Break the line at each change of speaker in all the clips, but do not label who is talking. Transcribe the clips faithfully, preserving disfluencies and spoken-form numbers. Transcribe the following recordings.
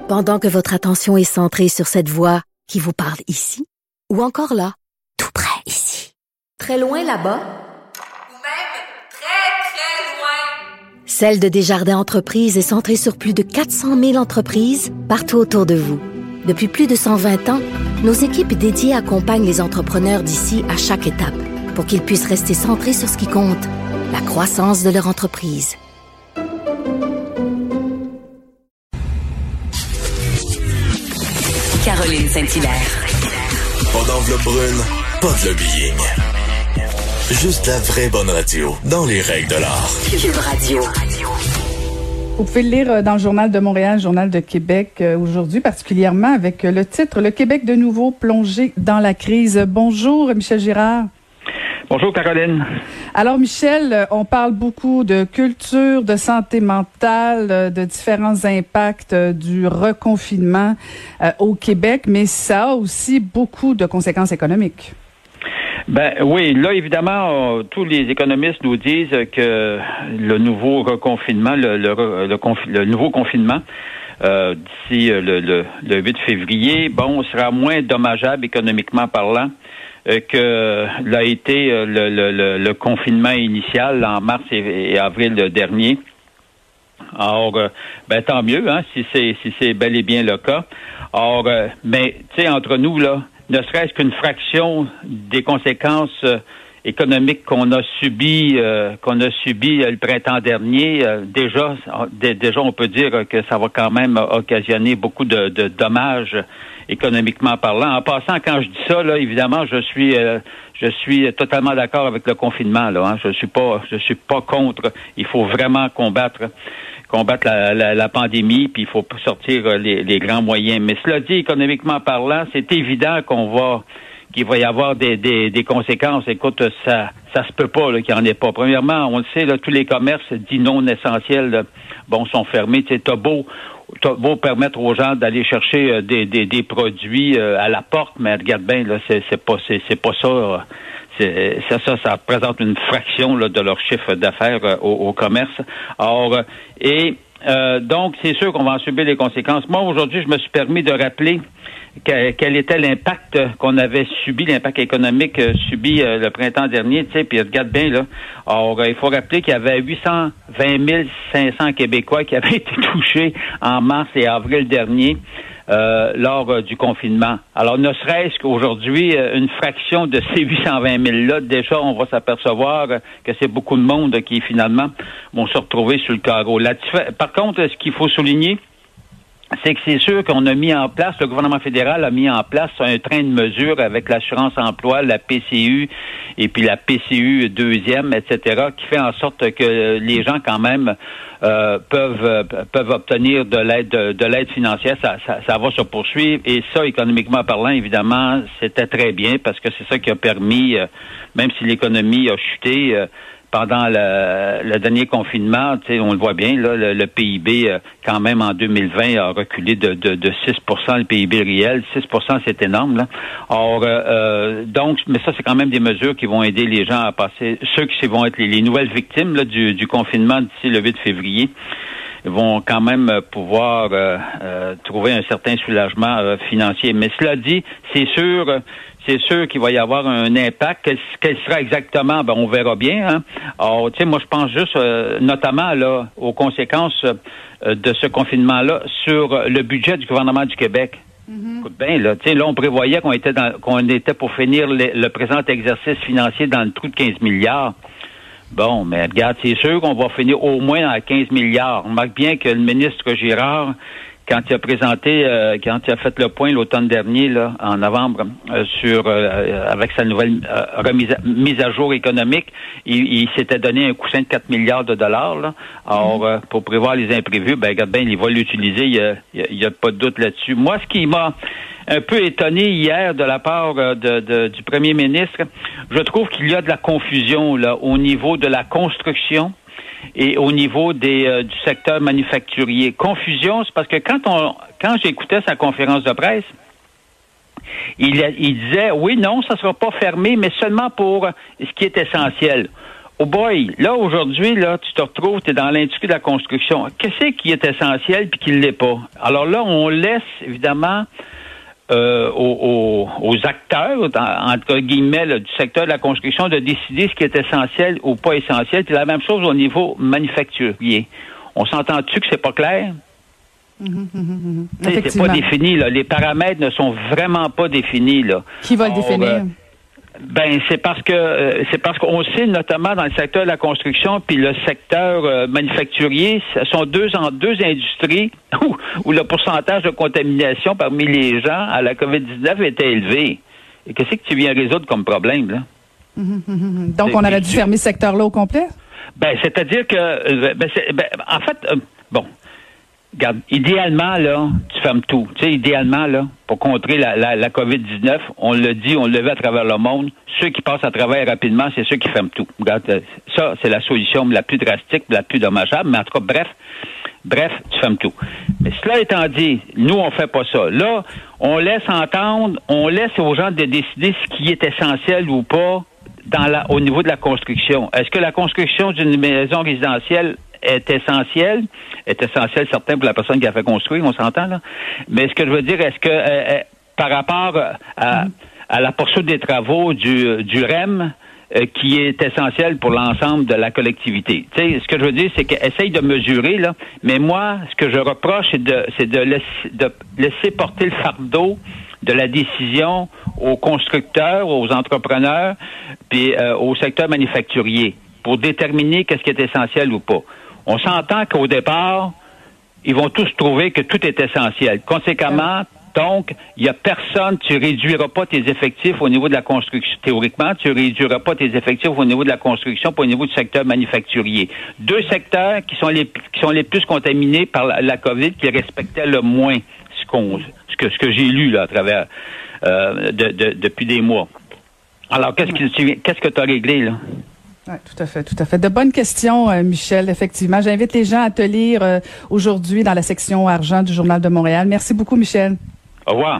Pendant que votre attention est centrée sur cette voix qui vous parle ici, ou encore là, tout près ici, très loin là-bas,
ou même très, très loin,
Celle de Desjardins Entreprises est centrée sur plus de quatre cent mille entreprises partout autour de vous. Depuis plus de cent vingt ans, nos équipes dédiées accompagnent les entrepreneurs d'ici à chaque étape pour qu'ils puissent rester centrés sur ce qui compte, la croissance de leur entreprise.
Caroline Saint-Hilaire.
Pas d'enveloppe brune, pas de lobbying. Juste la vraie bonne radio, dans les règles de l'art.
Cube Radio.
Vous pouvez le lire dans le Journal de Montréal, Journal de Québec aujourd'hui, particulièrement avec le titre « Le Québec de nouveau plongé dans la crise ». Bonjour, Michel Girard.
Bonjour Caroline.
Alors Michel, on parle beaucoup de culture, de santé mentale, de différents impacts du reconfinement euh, au Québec, mais ça a aussi beaucoup de conséquences économiques.
Ben oui, là évidemment, euh, tous les économistes nous disent que le nouveau reconfinement, le, le, le, confi- le nouveau confinement euh, d'ici le, le, le huit février, bon, sera moins dommageable économiquement parlant Euh, que l'a été euh, le, le, le confinement initial en mars et, et avril dernier. Or, euh, ben tant mieux, hein, si c'est si c'est bel et bien le cas. Or, euh, mais tu sais, entre nous là, ne serait-ce qu'une fraction des conséquences euh, économiques qu'on a subies, euh, qu'on a subies euh, le printemps dernier, euh, déjà, d- déjà, on peut dire que ça va quand même occasionner beaucoup de, de dommages économiquement parlant. En passant, quand je dis ça, là, évidemment, je suis, euh, je suis totalement d'accord avec le confinement. Là, hein. Je suis pas, je suis pas contre. Il faut vraiment combattre, combattre la, la, la pandémie, puis il faut sortir les, les grands moyens. Mais cela dit, économiquement parlant, c'est évident qu'on va, qu'il va y avoir des, des, des conséquences. Écoute, ça, ça se peut pas là, qu'il n'y en ait pas. Premièrement, on le sait, là, tous les commerces dits non essentiels, là, bon, sont fermés. Tu sais, t'as beau T'as beau permettre aux gens d'aller chercher euh, des, des, des produits euh, à la porte, mais regarde bien, là, c'est, c'est pas c'est, c'est pas ça. Euh, c'est, ça, ça, ça représente une fraction là, de leur chiffre d'affaires euh, au, au commerce. Or, euh, et euh, donc, c'est sûr qu'on va en subir les conséquences. Moi, aujourd'hui, je me suis permis de rappeler que, quel était l'impact qu'on avait subi, l'impact économique euh, subi euh, le printemps dernier, tu sais, puis regarde bien, là. Or, euh, il faut rappeler qu'il y avait huit cent vingt mille cinq cents Québécois qui avaient été touchés en mars et avril dernier euh, lors euh, du confinement. Alors, ne serait-ce qu'aujourd'hui, euh, une fraction de ces huit cent vingt mille-là, déjà, on va s'apercevoir euh, que c'est beaucoup de monde qui, finalement, vont se retrouver sur le carreau. La, par contre, ce qu'il faut souligner, c'est que c'est sûr qu'on a mis en place, le gouvernement fédéral a mis en place un train de mesures avec l'assurance-emploi, la P C U et puis la P C U deuxième, et cetera, qui fait en sorte que les gens quand même euh, peuvent euh, peuvent obtenir de l'aide de, de l'aide financière. Ça, ça, ça va se poursuivre et ça, économiquement parlant, évidemment, c'était très bien parce que c'est ça qui a permis, euh, même si l'économie a chuté, euh, pendant le, le dernier confinement, tu sais, on le voit bien, là, le, le P I B, euh, quand même, en deux mille vingt, a reculé de, de, de six pour cent, le P I B réel. six pour cent, c'est énorme, là. Or, euh, euh, donc, mais ça, c'est quand même des mesures qui vont aider les gens à passer, ceux qui vont être les, les nouvelles victimes là, du, du confinement d'ici le huit février. Vont quand même pouvoir euh, euh, trouver un certain soulagement euh, financier. Mais cela dit, c'est sûr... Euh, C'est sûr qu'il va y avoir un impact. Quel, quel sera exactement? Ben, on verra bien. Hein? Alors, tu sais, moi, je pense juste, euh, notamment là, aux conséquences euh, de ce confinement-là sur le budget du gouvernement du Québec. Mm-hmm. Écoute bien, là, tu sais, là, on prévoyait qu'on était dans, qu'on était pour finir le, le présent exercice financier dans le trou de quinze milliards. Bon, mais regarde, c'est sûr qu'on va finir au moins à quinze milliards. On remarque bien que le ministre Girard, quand il a présenté, euh, quand il a fait le point l'automne dernier, là, en novembre, euh, sur euh, avec sa nouvelle euh, remise à, mise à jour économique, il, il s'était donné un coussin de quatre milliards de dollars. Là. Alors, mmh. euh, pour prévoir les imprévus, ben regarde bien, il va l'utiliser, il y a, il y a pas de doute là-dessus. Moi, ce qui m'a un peu étonné hier de la part de, de, du premier ministre, je trouve qu'il y a de la confusion là au niveau de la construction et au niveau des euh, du secteur manufacturier. Confusion, c'est parce que quand on quand j'écoutais sa conférence de presse, il, il disait oui, non, ça sera pas fermé, mais seulement pour ce qui est essentiel. oh boy, là, aujourd'hui, là, tu te retrouves, tu es dans l'industrie de la construction. Qu'est-ce qui est essentiel puis qui ne l'est pas? Alors là, on laisse, évidemment, euh, aux, aux, aux acteurs, entre guillemets, là, du secteur de la construction, de décider ce qui est essentiel ou pas essentiel. C'est la même chose au niveau manufacturier. On s'entend-tu que c'est pas clair?
Mmh, mmh, mmh.
C'est pas défini, là. Les paramètres ne sont vraiment pas définis, là.
Qui va le
Or,
définir?
Euh, ben, c'est parce que euh, c'est parce qu'on sait, notamment dans le secteur de la construction puis le secteur euh, manufacturier, ce sont deux en deux industries où, où le pourcentage de contamination parmi les gens à la covid dix-neuf était élevé. Et qu'est-ce que tu viens résoudre comme problème, là?
Mmh, mmh. Donc, on aurait dû fermer ce secteur-là au complet?
Ben, c'est-à-dire que, euh, ben, c'est, ben, en fait, euh, bon. Regarde, idéalement, là, tu fermes tout. Tu sais, idéalement, là, pour contrer la, la, la covid dix-neuf, on le dit, on le veut à travers le monde, ceux qui passent à travers rapidement, c'est ceux qui ferment tout. Regarde, ça, c'est la solution la plus drastique, la plus dommageable, mais en tout cas, bref, bref, tu fermes tout. Mais cela étant dit, nous, on fait pas ça. Là, on laisse entendre, on laisse aux gens de décider ce qui est essentiel ou pas dans la, au niveau de la construction. Est-ce que la construction d'une maison résidentielle est essentiel, est essentiel certain pour la personne qui a fait construire, on s'entend là. Mais ce que je veux dire, est-ce que euh, par rapport à, à la poursuite des travaux du, du R E M, euh, qui est essentiel pour l'ensemble de la collectivité. Tu sais, ce que je veux dire, c'est qu'essaye de mesurer là. Mais moi, ce que je reproche, c'est de, c'est de laisser, de laisser porter le fardeau de la décision aux constructeurs, aux entrepreneurs, puis euh, au secteur manufacturier, pour déterminer qu'est-ce qui est essentiel ou pas. On s'entend qu'au départ, ils vont tous trouver que tout est essentiel. Conséquemment, donc, il n'y a personne, tu réduiras pas tes effectifs au niveau de la construction. Théoriquement, tu réduiras pas tes effectifs au niveau de la construction, pas au niveau du secteur manufacturier. Deux secteurs qui sont les qui sont les plus contaminés par la, la COVID, qui respectaient le moins ce qu'on ce que ce que j'ai lu là à travers euh, de, de, depuis des mois. Alors, qu'est-ce que tu qu'est-ce que tu as réglé là?
Oui, tout à fait, tout à fait. De bonnes questions, euh, Michel, effectivement. J'invite les gens à te lire euh, aujourd'hui dans la section argent du Journal de Montréal. Merci beaucoup, Michel.
Au revoir.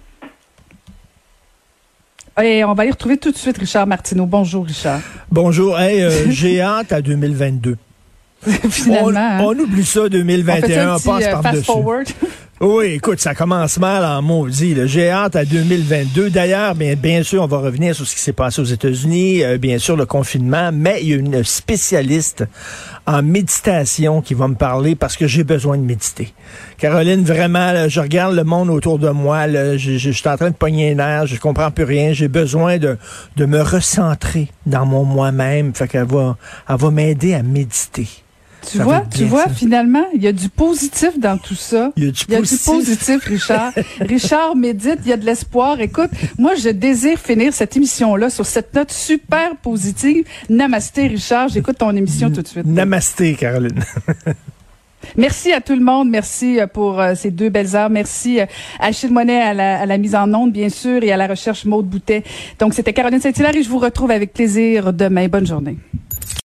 Et on va y retrouver tout de suite Richard Martineau. Bonjour, Richard.
Bonjour. Hey, euh, j'ai hâte à deux mille vingt-deux.
Finalement.
On,
hein?
on oublie ça, deux mille vingt et un, on,
on,
on passe
euh,
par-dessus.
Fast-forward.
Oui, écoute, ça commence mal en maudit. Là. J'ai hâte à deux mille vingt-deux. D'ailleurs, bien, bien sûr, on va revenir sur ce qui s'est passé aux États-Unis, euh, bien sûr, le confinement, mais il y a une spécialiste en méditation qui va me parler parce que j'ai besoin de méditer. Caroline, vraiment, là, je regarde le monde autour de moi, là, je, je, je suis en train de pogner les nerfs, je comprends plus rien, j'ai besoin de, de me recentrer dans mon moi-même. Fait qu'elle va, elle va m'aider à méditer.
Tu ça vois, tu vois, ça. Finalement, il y a du positif dans tout ça.
Il y a du
il y a
positif.
du positif, Richard. Richard médite, il y a de l'espoir. Écoute, moi, je désire finir cette émission-là sur cette note super positive. Namasté, Richard. J'écoute ton émission tout de suite.
Namasté, Caroline.
Merci à tout le monde. Merci pour euh, ces deux belles heures. Merci euh, à Achille Monet à la, à la mise en onde, bien sûr, et à la recherche Maude Boutet. Donc, c'était Caroline Saint-Hilaire et je vous retrouve avec plaisir demain. Bonne journée.